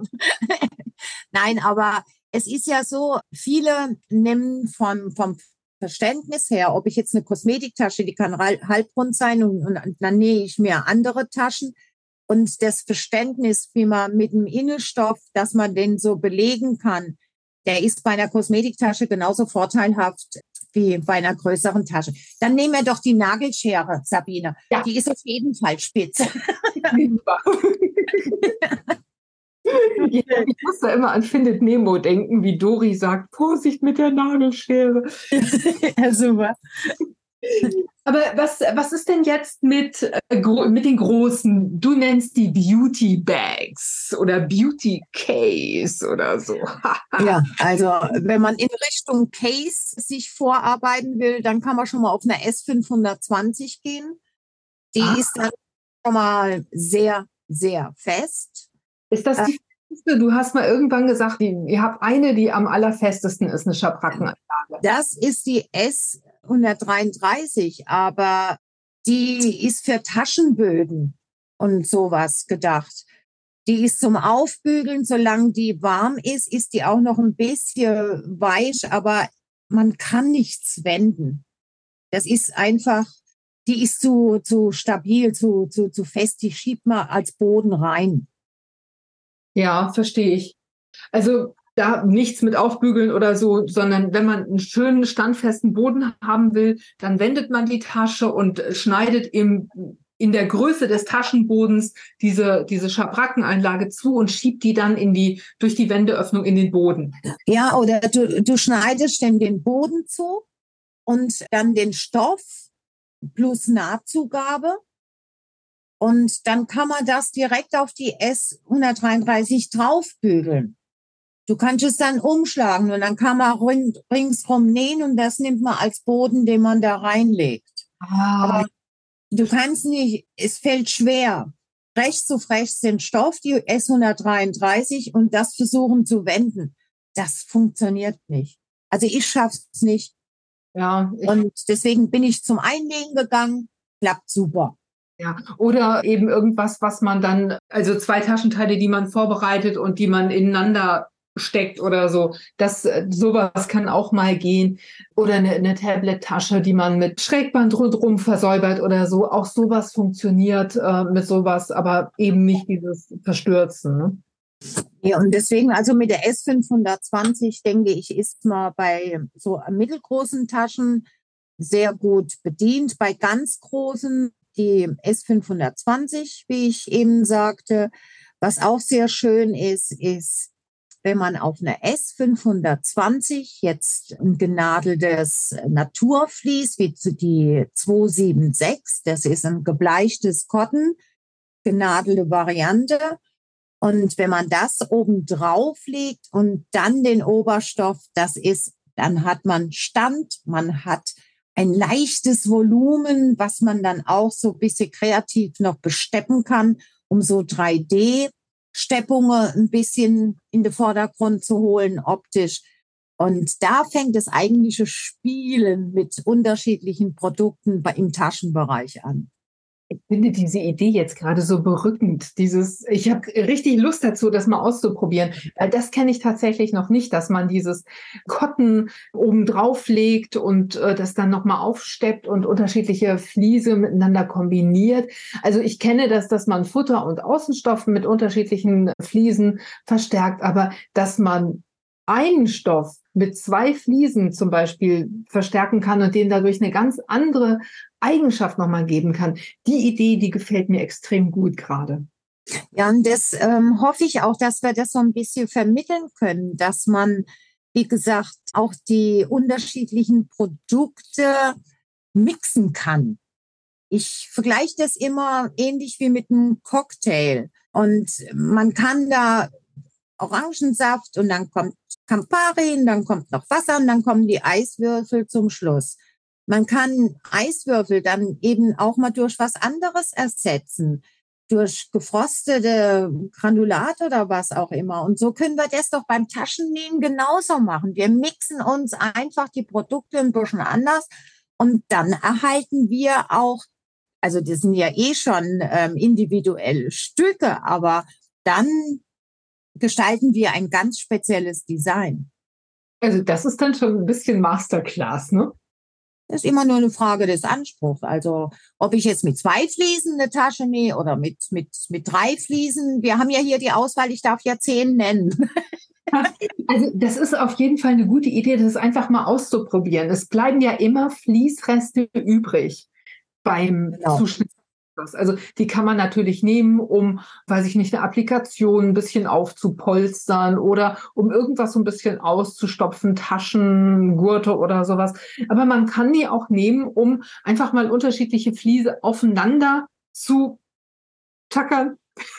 Nein, aber es ist ja so, viele nehmen vom, vom Verständnis her, ob ich jetzt eine Kosmetiktasche, die kann halbrund sein und, und dann nähe ich mir andere Taschen. Und das Verständnis, wie man mit dem Innenstoff, dass man den so belegen kann, der ist bei einer Kosmetiktasche genauso vorteilhaft wie bei einer größeren Tasche. Dann nehmen wir doch die Nagelschere, Sabine. Ja. Die ist auf jeden Fall spitz. Ja, ich muss da immer an Findet Nemo denken, wie Dory sagt, Vorsicht mit der Nagelschere. Ja, super. Aber was, was ist denn jetzt mit, äh, mit den großen, du nennst die Beauty Bags oder Beauty Case oder so. Ja, also wenn man in Richtung Case sich vorarbeiten will, dann kann man schon mal auf eine S fünfhundertzwanzig gehen. Die ah. ist dann schon mal sehr, sehr fest. Ist das die festeste? Du hast mal irgendwann gesagt, die, ihr habt eine, die am allerfestesten ist, eine Schabrackenanlage. Das ist die S hundertdreiunddreißig, aber die ist für Taschenböden und sowas gedacht. Die ist zum Aufbügeln, solange die warm ist, ist die auch noch ein bisschen weich, aber man kann nichts wenden. Das ist einfach, die ist zu, zu stabil, zu, zu, zu fest, die schiebt man als Boden rein. Ja, verstehe ich. Also da nichts mit aufbügeln oder so, sondern wenn man einen schönen, standfesten Boden haben will, dann wendet man die Tasche und schneidet im, in der Größe des Taschenbodens diese, diese Schabrackeneinlage zu und schiebt die dann in die, durch die Wendeöffnung in den Boden. Ja, oder du, du schneidest dann den Boden zu und dann den Stoff plus Nahtzugabe. Und dann kann man das direkt auf die S hundertdreiunddreißig draufbügeln. Du kannst es dann umschlagen und dann kann man ringsrum nähen und das nimmt man als Boden, den man da reinlegt. Ah. Aber du kannst nicht, es fällt schwer, rechts auf rechts den Stoff, die S hundertdreiunddreißig und das versuchen zu wenden. Das funktioniert nicht. Also ich schaff's nicht. Ja. Und deswegen bin ich zum Einlegen gegangen, klappt super. Ja, oder eben irgendwas, was man dann, also zwei Taschenteile, die man vorbereitet und die man ineinander steckt oder so. Das, sowas kann auch mal gehen. Oder eine, eine Tablet-Tasche, die man mit Schrägband rundherum versäubert oder so. Auch sowas funktioniert äh, mit sowas, aber eben nicht dieses Verstürzen. Ne? Ja, und deswegen, also mit der S fünfhundertzwanzig, denke ich, ist man bei so mittelgroßen Taschen sehr gut bedient. Bei ganz großen, die S fünfhundertzwanzig, wie ich eben sagte. Was auch sehr schön ist, ist, wenn man auf einer S fünfhundertzwanzig jetzt ein genadeltes Naturvlies, wie die zweihundertsechsundsiebzig, das ist ein gebleichtes Cotton, genadelte Variante. Und wenn man das oben drauf legt und dann den Oberstoff, das ist, dann hat man Stand, man hat ein leichtes Volumen, was man dann auch so ein bisschen kreativ noch besteppen kann, um so drei D-Steppungen ein bisschen in den Vordergrund zu holen, optisch. Und da fängt das eigentliche Spielen mit unterschiedlichen Produkten im Taschenbereich an. Ich finde diese Idee jetzt gerade so berückend. Dieses, ich habe richtig Lust dazu, das mal auszuprobieren. Weil das kenne ich tatsächlich noch nicht, dass man dieses Cotton oben drauf legt und äh, das dann nochmal aufsteppt und unterschiedliche Fliese miteinander kombiniert. Also ich kenne das, dass man Futter und Außenstoff mit unterschiedlichen Fliesen verstärkt, aber dass man einen Stoff mit zwei Fliesen zum Beispiel verstärken kann und denen dadurch eine ganz andere Eigenschaft nochmal geben kann. Die Idee, die gefällt mir extrem gut gerade. Ja, und das ähm, hoffe ich auch, dass wir das so ein bisschen vermitteln können, dass man, wie gesagt, auch die unterschiedlichen Produkte mixen kann. Ich vergleiche das immer ähnlich wie mit einem Cocktail. Und man kann da Orangensaft und dann kommt Campari und dann kommt noch Wasser und dann kommen die Eiswürfel zum Schluss. Man kann Eiswürfel dann eben auch mal durch was anderes ersetzen, durch gefrostete Granulat oder was auch immer. Und so können wir das doch beim Taschennähen genauso machen. Wir mixen uns einfach die Produkte ein bisschen anders und dann erhalten wir auch, also das sind ja eh schon ähm, individuelle Stücke, aber dann gestalten wir ein ganz spezielles Design. Also das ist dann schon ein bisschen Masterclass, ne? Das ist immer nur eine Frage des Anspruchs. Also ob ich jetzt mit zwei Fliesen eine Tasche nähe oder mit, mit, mit drei Fliesen. Wir haben ja hier die Auswahl, ich darf ja zehn nennen. Also das ist auf jeden Fall eine gute Idee, das einfach mal auszuprobieren. Es bleiben ja immer Fließreste übrig beim Genau. Zuschnitt. Also die kann man natürlich nehmen, um, weiß ich nicht, eine Applikation ein bisschen aufzupolstern oder um irgendwas so ein bisschen auszustopfen, Taschen, Gurte oder sowas. Aber man kann die auch nehmen, um einfach mal unterschiedliche Fliese aufeinander zu tackern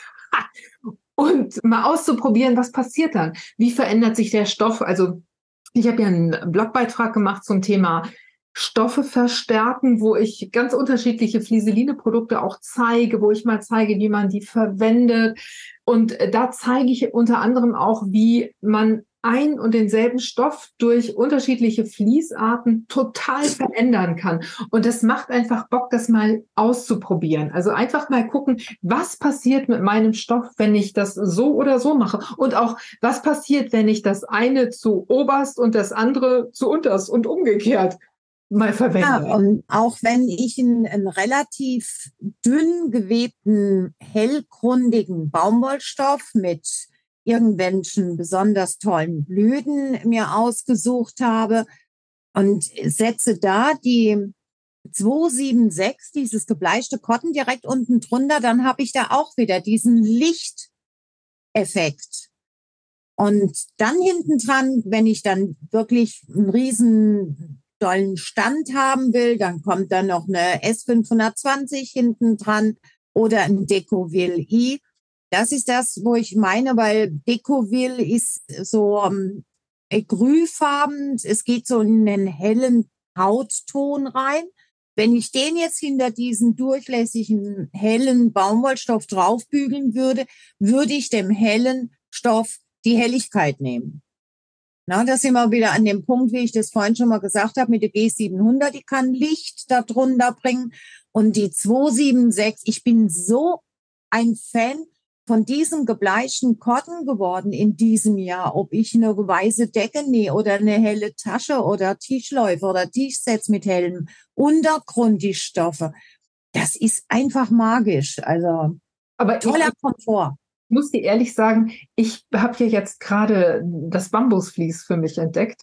und mal auszuprobieren, was passiert dann. Wie verändert sich der Stoff? Also ich habe ja einen Blogbeitrag gemacht zum Thema Stoffe verstärken, wo ich ganz unterschiedliche Flieseline-Produkte auch zeige, wo ich mal zeige, wie man die verwendet. Und da zeige ich unter anderem auch, wie man ein und denselben Stoff durch unterschiedliche Fließarten total verändern kann. Und das macht einfach Bock, das mal auszuprobieren. Also einfach mal gucken, was passiert mit meinem Stoff, wenn ich das so oder so mache. Und auch, was passiert, wenn ich das eine zu oberst und das andere zu unterst und umgekehrt mal verwende. Ja, und auch wenn ich einen, einen relativ dünn gewebten, hellgrundigen Baumwollstoff mit irgendwelchen besonders tollen Blüten mir ausgesucht habe und setze da die zwei sieben sechs, dieses gebleichte Cotton direkt unten drunter, dann habe ich da auch wieder diesen Lichteffekt. Und dann hinten dran, wenn ich dann wirklich einen riesen tollen Stand haben will, dann kommt dann noch eine S fünfhundertzwanzig hinten dran oder ein Decoville I. Das ist das, wo ich meine, weil Decoville ist so um, grünfarben. Es geht so in einen hellen Hautton rein. Wenn ich den jetzt hinter diesen durchlässigen, hellen Baumwollstoff draufbügeln würde, würde ich dem hellen Stoff die Helligkeit nehmen. Na, da sind wir wieder an dem Punkt, wie ich das vorhin schon mal gesagt habe, mit der G siebenhundert, die kann Licht da drunter bringen. Und die zwei sieben sechs, ich bin so ein Fan von diesem gebleichten Cotton geworden in diesem Jahr, ob ich eine weiße Decke nähe oder eine helle Tasche oder Tischläufe oder Tischsets mit hellem Untergrund, die Stoffe. Das ist einfach magisch. Also Aber toller ich, Komfort. Ich muss dir ehrlich sagen, ich habe hier jetzt gerade das Bambusvlies für mich entdeckt.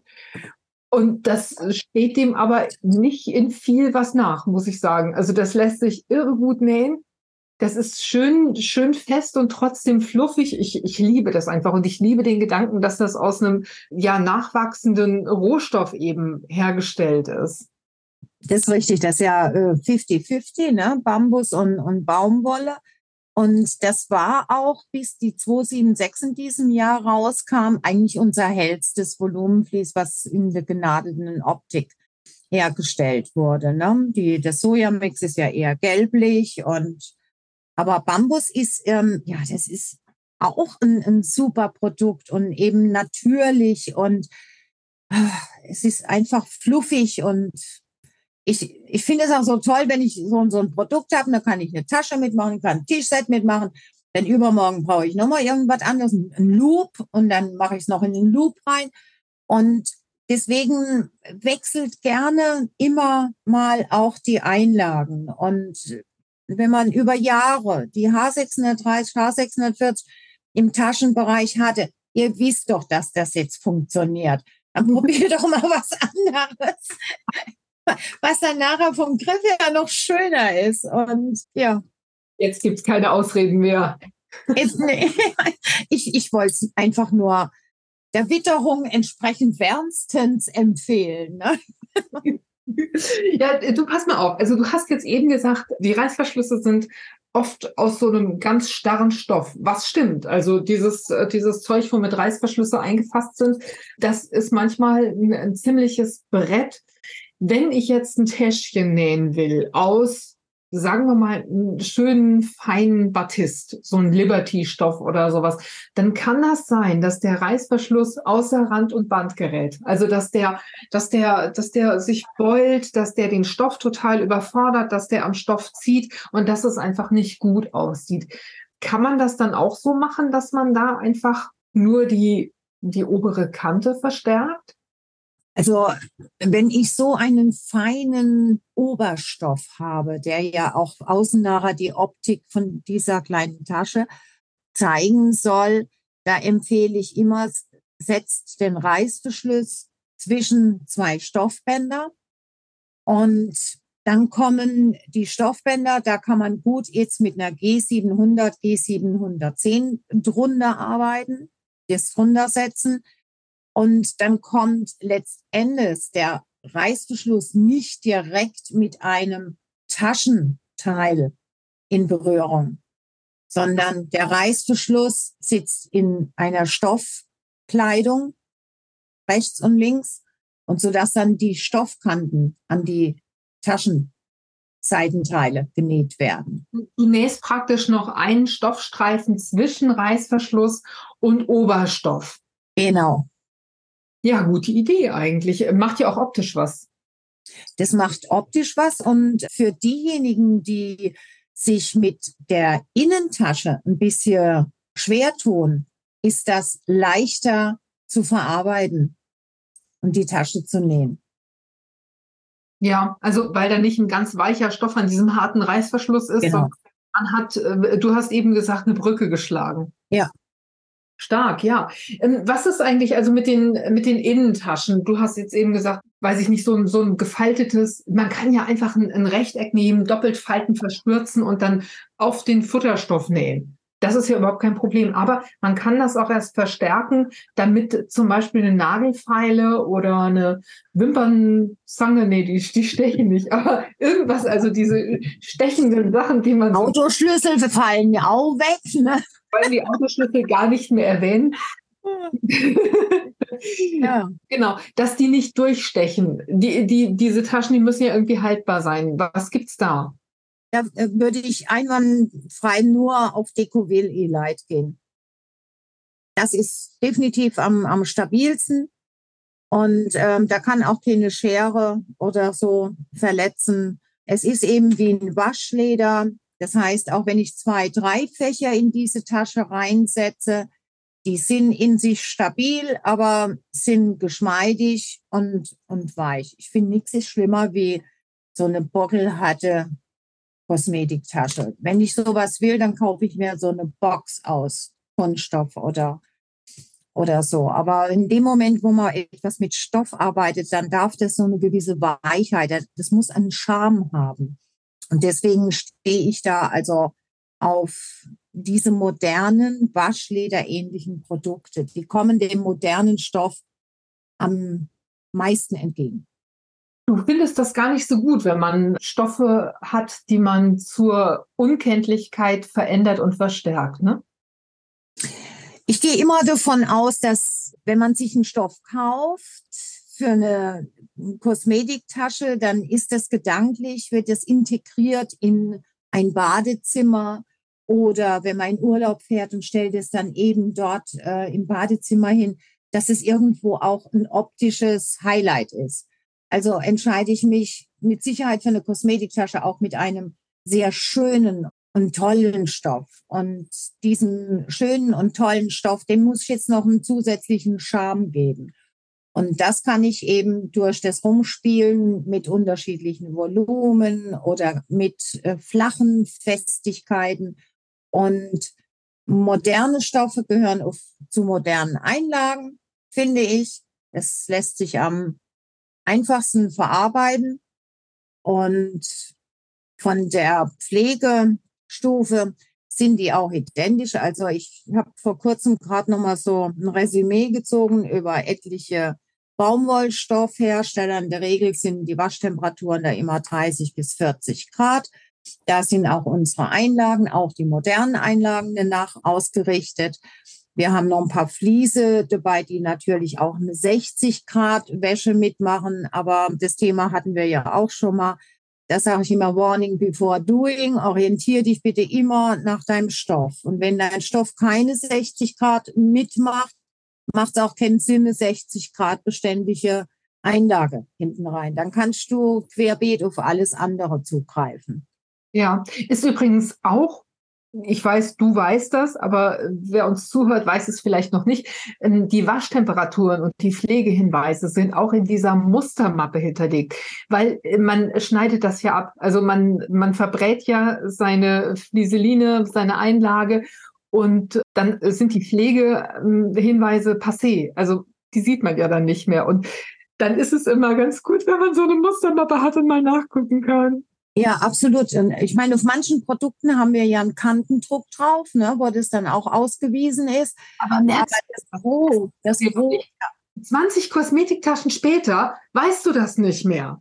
Und das steht dem aber nicht in viel was nach, muss ich sagen. Also das lässt sich irre gut nähen. Das ist schön, schön fest und trotzdem fluffig. Ich, ich liebe das einfach. Und ich liebe den Gedanken, dass das aus einem ja nachwachsenden Rohstoff eben hergestellt ist. Das ist richtig. Das ist ja äh, fünfzig fünfzig, ne? Bambus und, und Baumwolle. Und das war auch, bis die zwei sieben sechs in diesem Jahr rauskam, eigentlich unser hellstes Volumenvlies, was in der genadelten Optik hergestellt wurde. Ne? Die, das Sojamix ist ja eher gelblich, und aber Bambus ist, ähm, ja, das ist auch ein, ein super Produkt und eben natürlich, und äh, es ist einfach fluffig, und Ich, ich finde es auch so toll, wenn ich so, so ein Produkt habe, da kann ich eine Tasche mitmachen, kann ein T-Shirt mitmachen. Dann übermorgen brauche ich nochmal irgendwas anderes, einen Loop, und dann mache ich es noch in den Loop rein. Und deswegen wechselt gerne immer mal auch die Einlagen. Und wenn man über Jahre die H sechshundertdreißig, H sechshundertvierzig im Taschenbereich hatte, ihr wisst doch, dass das jetzt funktioniert. Dann probiert doch mal was anderes. Was dann nachher vom Griff her noch schöner ist. Und ja. Jetzt gibt es keine Ausreden mehr. Ich, ich, ich wollte es einfach nur der Witterung entsprechend wärmstens empfehlen. Ne? Ja, du pass mal auf. Also du hast jetzt eben gesagt, die Reißverschlüsse sind oft aus so einem ganz starren Stoff. Was stimmt? Also dieses, dieses Zeug, wo mit Reißverschlüsse eingefasst sind, das ist manchmal ein, ein ziemliches Brett. Wenn ich jetzt ein Täschchen nähen will aus, sagen wir mal, einen schönen, feinen Batist, so ein Liberty-Stoff oder sowas, dann kann das sein, dass der Reißverschluss außer Rand und Band gerät. Also, dass der, dass der, dass der sich beult, dass der den Stoff total überfordert, dass der am Stoff zieht und dass es einfach nicht gut aussieht. Kann man das dann auch so machen, dass man da einfach nur die, die obere Kante verstärkt? Also wenn ich so einen feinen Oberstoff habe, der ja auch außen nachher die Optik von dieser kleinen Tasche zeigen soll, da empfehle ich immer, setzt den Reißverschluss zwischen zwei Stoffbänder, und dann kommen die Stoffbänder, da kann man gut jetzt mit einer G siebenhundert, G siebenhundertzehn drunter arbeiten, das drunter setzen. Und dann kommt letztendlich der Reißverschluss nicht direkt mit einem Taschenteil in Berührung, sondern der Reißverschluss sitzt in einer Stoffkleidung rechts und links, und so dass dann die Stoffkanten an die Taschenseitenteile genäht werden. Du nähst praktisch noch einen Stoffstreifen zwischen Reißverschluss und Oberstoff. Genau. Ja, gute Idee eigentlich. Macht ja auch optisch was. Das macht optisch was, und für diejenigen, die sich mit der Innentasche ein bisschen schwer tun, ist das leichter zu verarbeiten und die Tasche zu nähen. Ja, also weil da nicht ein ganz weicher Stoff an diesem harten Reißverschluss ist, Genau. sondern man hat, du hast eben gesagt, eine Brücke geschlagen. Ja. Stark, ja. Ähm, Was ist eigentlich also mit den, mit den Innentaschen? Du hast jetzt eben gesagt, weiß ich nicht, so ein, so ein gefaltetes, man kann ja einfach ein, ein Rechteck nehmen, doppelt falten, verstürzen und dann auf den Futterstoff nähen. Das ist ja überhaupt kein Problem. Aber man kann das auch erst verstärken, damit zum Beispiel eine Nagelfeile oder eine Wimpernzange, nee, die, die stechen nicht, aber irgendwas, also diese stechenden Sachen, die man so, Autoschlüssel fallen ja auch weg. Ne? wollen die Autoschlüssel gar nicht mehr erwähnen. Ja. Genau, dass die nicht durchstechen. Die, die, diese Taschen, die müssen ja irgendwie haltbar sein. Was gibt's da? Da äh, würde ich einwandfrei nur auf Decovil E-Light gehen. Das ist definitiv am, am stabilsten. Und ähm, da kann auch keine Schere oder so verletzen. Es ist eben wie ein Waschleder. Das heißt, auch wenn ich zwei, drei Fächer in diese Tasche reinsetze, die sind in sich stabil, aber sind geschmeidig und, und weich. Ich finde, nichts ist schlimmer wie so eine bockelharte Kosmetiktasche. Wenn ich sowas will, dann kaufe ich mir so eine Box aus Kunststoff oder oder so. Aber in dem Moment, wo man etwas mit Stoff arbeitet, dann darf das so eine gewisse Weichheit, das muss einen Charme haben. Und deswegen stehe ich da also auf diese modernen, waschlederähnlichen Produkte. Die kommen dem modernen Stoff am meisten entgegen. Du findest das gar nicht so gut, wenn man Stoffe hat, die man zur Unkenntlichkeit verändert und verstärkt, ne? Ich gehe immer davon aus, dass wenn man sich einen Stoff kauft für eine Kosmetiktasche, dann ist das gedanklich, wird das integriert in ein Badezimmer oder wenn man in Urlaub fährt und stellt es dann eben dort äh, im Badezimmer hin, dass es irgendwo auch ein optisches Highlight ist. Also entscheide ich mich mit Sicherheit für eine Kosmetiktasche auch mit einem sehr schönen und tollen Stoff. Und diesen schönen und tollen Stoff, dem muss ich jetzt noch einen zusätzlichen Charme geben. Und das kann ich eben durch das Rumspielen mit unterschiedlichen Volumen oder mit äh, flachen Festigkeiten. Und moderne Stoffe gehören auf, zu modernen Einlagen, finde ich. Es lässt sich am einfachsten verarbeiten. Und von der Pflegestufe sind die auch identisch. Also ich habe vor kurzem gerade noch mal so ein Resümee gezogen über etliche Baumwollstoffhersteller. In der Regel sind die Waschtemperaturen da immer dreißig bis vierzig Grad. Da sind auch unsere Einlagen, auch die modernen Einlagen danach ausgerichtet. Wir haben noch ein paar Fliese dabei, die natürlich auch eine sechzig Grad Wäsche mitmachen. Aber das Thema hatten wir ja auch schon mal. Da sage ich immer, Warning before doing, orientier dich bitte immer nach deinem Stoff. Und wenn dein Stoff keine sechzig Grad mitmacht, macht es auch keinen Sinn, eine sechzig Grad beständige Einlage hinten rein. Dann kannst du querbeet auf alles andere zugreifen. Ja, ist übrigens auch, ich weiß, du weißt das, aber wer uns zuhört, weiß es vielleicht noch nicht. Die Waschtemperaturen und die Pflegehinweise sind auch in dieser Mustermappe hinterlegt, weil man schneidet das ja ab. Also man, man verbrät ja seine Flieseline, seine Einlage und dann sind die Pflegehinweise passé. Also die sieht man ja dann nicht mehr. Und dann ist es immer ganz gut, wenn man so eine Mustermappe hat und mal nachgucken kann. Ja, absolut. Und ich meine, auf manchen Produkten haben wir ja einen Kantendruck drauf, ne, wo das dann auch ausgewiesen ist. Aber merkst Aber das Gros, das Gros, zwanzig Kosmetiktaschen später weißt du das nicht mehr.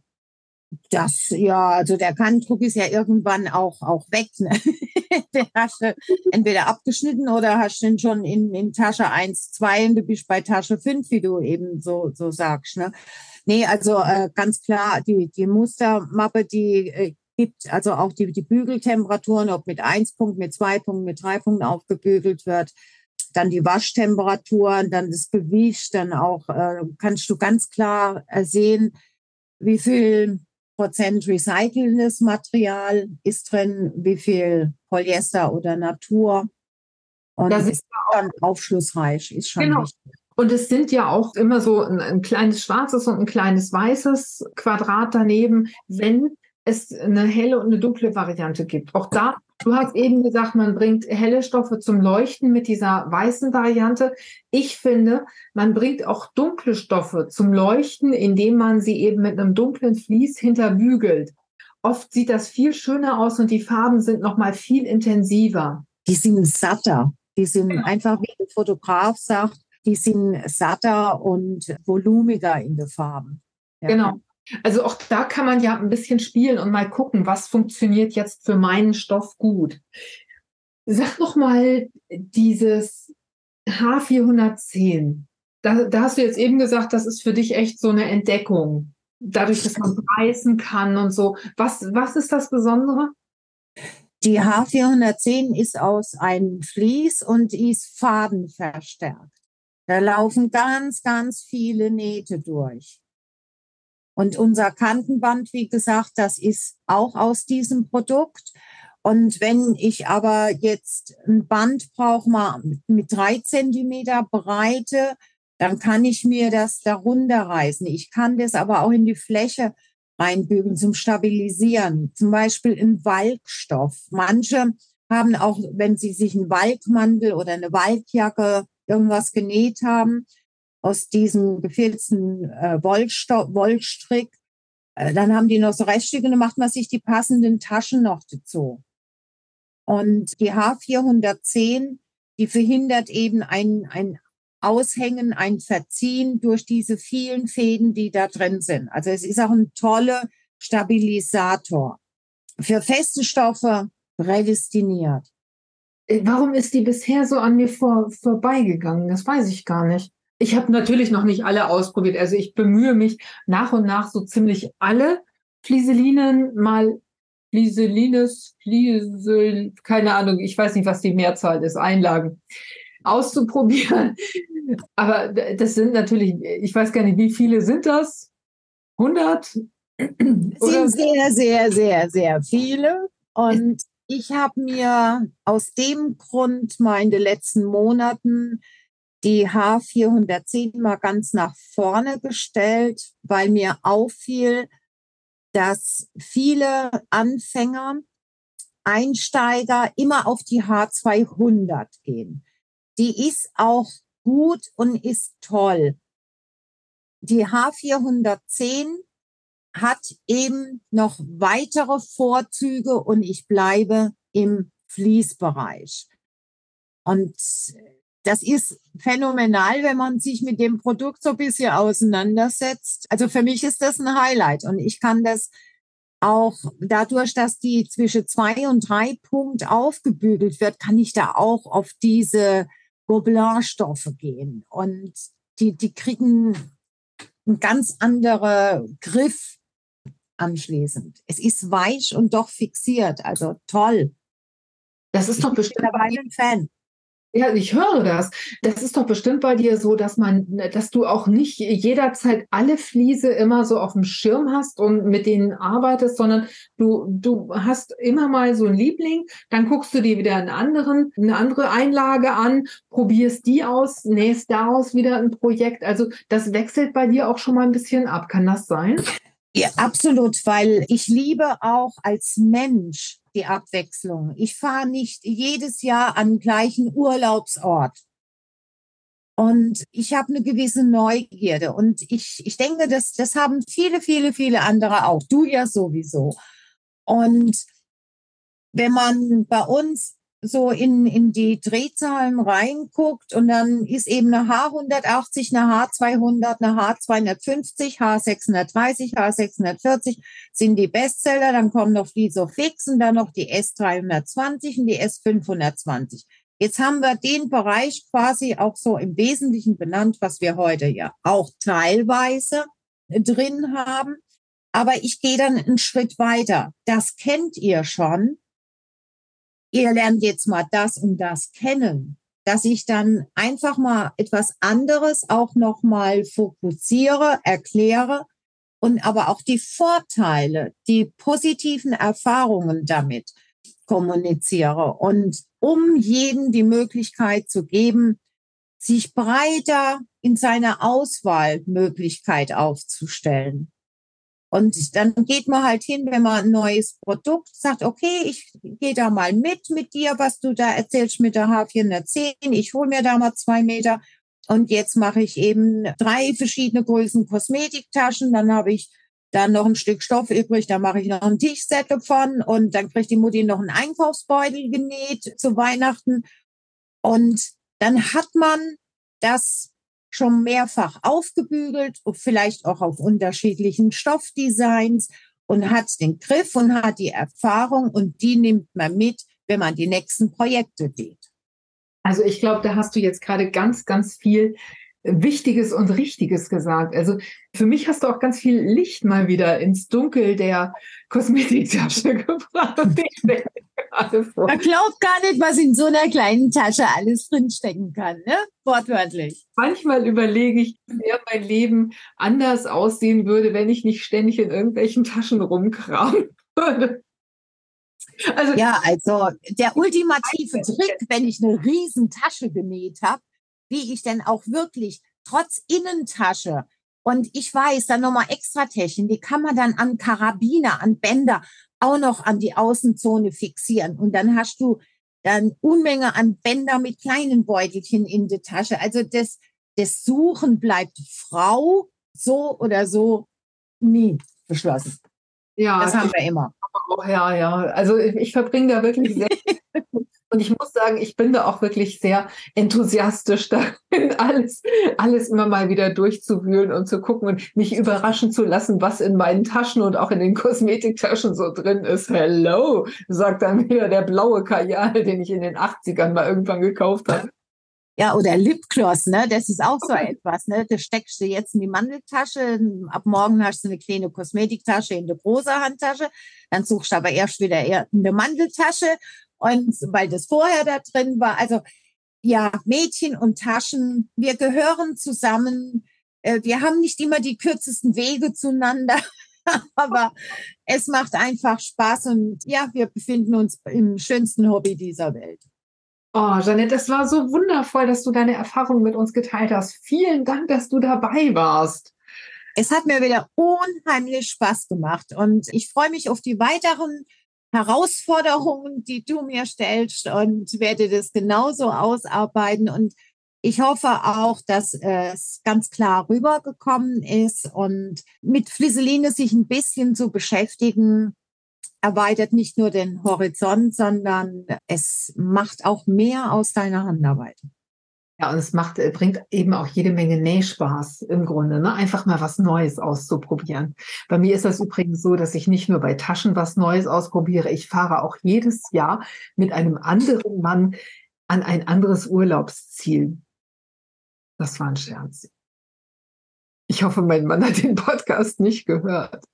das, ja, also der Kantendruck ist ja irgendwann auch, auch weg. Ne? Den hast du entweder abgeschnitten oder hast du ihn schon in, in Tasche eins, zwei und du bist bei Tasche fünf, wie du eben so, so sagst. Ne? Nee, also äh, ganz klar, die, die Mustermappe, die äh, gibt also auch die, die Bügeltemperaturen, ob mit eins Punkt, mit zwei Punkten, mit drei Punkten aufgebügelt wird. Dann die Waschtemperaturen, dann das Gewicht, dann auch äh, kannst du ganz klar sehen, wie viel Prozent recycelndes Material ist drin, wie viel Polyester oder Natur. Und das ist dann aufschlussreich, ist schon genau. wichtig. Und es sind ja auch immer so ein, ein kleines schwarzes und ein kleines weißes Quadrat daneben, wenn es eine helle und eine dunkle Variante gibt. Auch da Du hast eben gesagt, man bringt helle Stoffe zum Leuchten mit dieser weißen Variante. Ich finde, man bringt auch dunkle Stoffe zum Leuchten, indem man sie eben mit einem dunklen Vlies hinterbügelt. Oft sieht das viel schöner aus und die Farben sind noch mal viel intensiver. Die sind satter. Die sind einfach, wie der Fotograf sagt, die sind satter und volumiger in den Farben. Ja. Genau. Also auch da kann man ja ein bisschen spielen und mal gucken, was funktioniert jetzt für meinen Stoff gut. Sag doch mal dieses H vierhundertzehn. Da, da hast du jetzt eben gesagt, das ist für dich echt so eine Entdeckung. Dadurch, dass man reißen kann und so. Was, was ist das Besondere? Die H vierhundertzehn ist aus einem Vlies und die ist fadenverstärkt. Da laufen ganz, ganz viele Nähte durch. Und unser Kantenband, wie gesagt, das ist auch aus diesem Produkt. Und wenn ich aber jetzt ein Band brauche, mal mit drei Zentimeter Breite, dann kann ich mir das darunter reißen. Ich kann das aber auch in die Fläche reinbügeln zum Stabilisieren. Zum Beispiel in Walkstoff. Manche haben auch, wenn sie sich einen Walkmantel oder eine Walkjacke irgendwas genäht haben, aus diesem gefilzten äh, Wollstoff, Wollstrick, äh, dann haben die noch so Reststücke, dann macht man sich die passenden Taschen noch dazu. Und die H vierhundertzehn, die verhindert eben ein, ein Aushängen, ein Verziehen durch diese vielen Fäden, die da drin sind. Also es ist auch ein toller Stabilisator. Für feste Stoffe prädestiniert. Warum ist die bisher so an mir vor, vorbeigegangen? Das weiß ich gar nicht. Ich habe natürlich noch nicht alle ausprobiert. Also ich bemühe mich nach und nach so ziemlich alle Flieselinen mal Flieselines, Fliesel, keine Ahnung, ich weiß nicht, was die Mehrzahl ist, Einlagen auszuprobieren. Aber das sind natürlich, ich weiß gar nicht, wie viele sind das? hundert? Es sind sehr, sehr, sehr, sehr viele. Und ich habe mir aus dem Grund mal in den letzten Monaten die H vierhundertzehn mal ganz nach vorne gestellt, weil mir auffiel, dass viele Anfänger, Einsteiger immer auf die H zweihundert gehen. Die ist auch gut und ist toll. Die H vierhundertzehn hat eben noch weitere Vorzüge und ich bleibe im Fließbereich. Und das ist phänomenal, wenn man sich mit dem Produkt so ein bisschen auseinandersetzt. Also für mich ist das ein Highlight und ich kann das auch dadurch, dass die zwischen zwei und drei Punkt aufgebügelt wird, kann ich da auch auf diese Gobelin-Stoffe gehen. Und die, die kriegen einen ganz anderen Griff anschließend. Es ist weich und doch fixiert, also toll. Das ist Ich doch bin bestimmt mittlerweile ein Fan. Ja, ich höre das. Das ist doch bestimmt bei dir so, dass man, dass du auch nicht jederzeit alle Fliese immer so auf dem Schirm hast und mit denen arbeitest, sondern du, du hast immer mal so einen Liebling, dann guckst du dir wieder einen anderen, eine andere Einlage an, probierst die aus, nähst daraus wieder ein Projekt. Also das wechselt bei dir auch schon mal ein bisschen ab. Kann das sein? Ja, absolut, weil ich liebe auch als Mensch die Abwechslung. Ich fahre nicht jedes Jahr an den gleichen Urlaubsort. Und ich habe eine gewisse Neugierde. Und ich, ich denke, das, das haben viele, viele, viele andere auch. Du ja sowieso. Und wenn man bei uns so in, in die Drehzahlen reinguckt und dann ist eben eine H hundertachtzig, eine H zweihundert, eine H zweihundertfünfzig, H sechshundertdreißig, H sechshundertvierzig sind die Bestseller, dann kommen noch Fliesofix und dann noch die S dreihundertzwanzig und die S fünfhundertzwanzig. Jetzt haben wir den Bereich quasi auch so im Wesentlichen benannt, was wir heute ja auch teilweise drin haben. Aber ich gehe dann einen Schritt weiter. Das kennt ihr schon. Ihr lernt jetzt mal das und das kennen, dass ich dann einfach mal etwas anderes auch noch mal fokussiere, erkläre und aber auch die Vorteile, die positiven Erfahrungen damit kommuniziere und um jedem die Möglichkeit zu geben, sich breiter in seiner Auswahlmöglichkeit aufzustellen. Und dann geht man halt hin, wenn man ein neues Produkt sagt, okay, ich gehe da mal mit mit dir, was du da erzählst mit der H vierhundertzehn. Ich hole mir da mal zwei Meter. Und jetzt mache ich eben drei verschiedene Größen Kosmetiktaschen. Dann habe ich dann noch ein Stück Stoff übrig, da mache ich noch ein Tischset davon. Und dann kriegt die Mutti noch einen Einkaufsbeutel genäht zu Weihnachten. Und dann hat man das schon mehrfach aufgebügelt und vielleicht auch auf unterschiedlichen Stoffdesigns und hat den Griff und hat die Erfahrung und die nimmt man mit, wenn man die nächsten Projekte geht. Also ich glaube, da hast du jetzt gerade ganz, ganz viel Wichtiges und Richtiges gesagt. Also für mich hast du auch ganz viel Licht mal wieder ins Dunkel der Kosmetiktasche gebracht. Ich stelle mir gerade vor. Man glaubt gar nicht, was in so einer kleinen Tasche alles drinstecken kann, ne? Wortwörtlich. Manchmal überlege ich, wie mein Leben anders aussehen würde, wenn ich nicht ständig in irgendwelchen Taschen rumkramen würde. Also, ja, also der ultimative Trick, wenn ich eine riesen Tasche genäht habe, wie ich denn auch wirklich trotz Innentasche und ich weiß, dann nochmal extra Technik, die kann man dann an Karabiner, an Bänder auch noch an die Außenzone fixieren und dann hast du dann Unmenge an Bänder mit kleinen Beutelchen in der Tasche. Also das, das Suchen bleibt Frau so oder so nie beschlossen. Ja, das haben wir immer. Auch, ja, ja. Also ich, ich verbringe da wirklich sehr und ich muss sagen, ich bin da auch wirklich sehr enthusiastisch darin, alles, alles immer mal wieder durchzuwühlen und zu gucken und mich überraschen zu lassen, was in meinen Taschen und auch in den Kosmetiktaschen so drin ist. Hello, sagt dann wieder der blaue Kajal, den ich in den achtzigern mal irgendwann gekauft habe. Ja, oder Lipgloss, ne? Das ist auch so etwas, ne? Das steckst du jetzt in die Mandeltasche. Ab morgen hast du eine kleine Kosmetiktasche in der großen Handtasche. Dann suchst du aber erst wieder eher eine Mandeltasche. Und weil das vorher da drin war. Also, ja, Mädchen und Taschen, wir gehören zusammen. Wir haben nicht immer die kürzesten Wege zueinander. Aber es macht einfach Spaß. Und ja, wir befinden uns im schönsten Hobby dieser Welt. Oh, Jeanette, es war so wundervoll, dass du deine Erfahrungen mit uns geteilt hast. Vielen Dank, dass du dabei warst. Es hat mir wieder unheimlich Spaß gemacht und ich freue mich auf die weiteren Herausforderungen, die du mir stellst und werde das genauso ausarbeiten. Und ich hoffe auch, dass es ganz klar rübergekommen ist und mit Flisseline sich ein bisschen zu beschäftigen, erweitert nicht nur den Horizont, sondern es macht auch mehr aus deiner Handarbeit. Ja, und es macht, bringt eben auch jede Menge Nähspaß im Grunde, ne? Einfach mal was Neues auszuprobieren. Bei mir ist das übrigens so, dass ich nicht nur bei Taschen was Neues ausprobiere, ich fahre auch jedes Jahr mit einem anderen Mann an ein anderes Urlaubsziel. Das war ein Scherz. Ich hoffe, mein Mann hat den Podcast nicht gehört.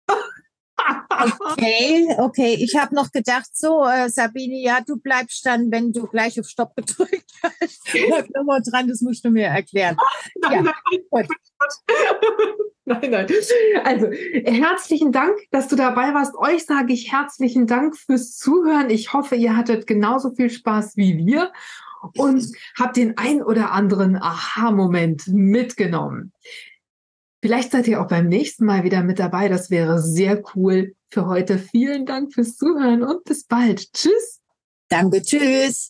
Okay, okay. Ich habe noch gedacht, so, äh, Sabine, ja, du bleibst dann, wenn du gleich auf Stopp gedrückt hast. Bleib nochmal dran, das musst du mir erklären. Nein, ja. nein, nein, nein. Also, herzlichen Dank, dass du dabei warst. Euch sage ich herzlichen Dank fürs Zuhören. Ich hoffe, ihr hattet genauso viel Spaß wie wir und habt den ein oder anderen Aha-Moment mitgenommen. Vielleicht seid ihr auch beim nächsten Mal wieder mit dabei. Das wäre sehr cool. Für heute vielen Dank fürs Zuhören und bis bald. Tschüss. Danke, tschüss.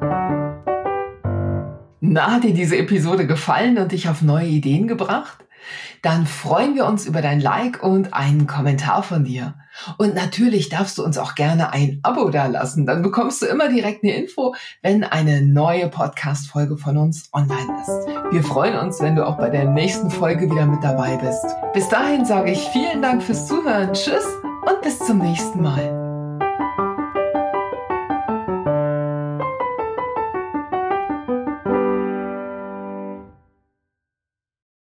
Na, hat dir diese Episode gefallen und dich auf neue Ideen gebracht? Dann freuen wir uns über dein Like und einen Kommentar von dir. Und natürlich darfst du uns auch gerne ein Abo dalassen. Dann bekommst du immer direkt eine Info, wenn eine neue Podcast-Folge von uns online ist. Wir freuen uns, wenn du auch bei der nächsten Folge wieder mit dabei bist. Bis dahin sage ich vielen Dank fürs Zuhören. Tschüss und bis zum nächsten Mal.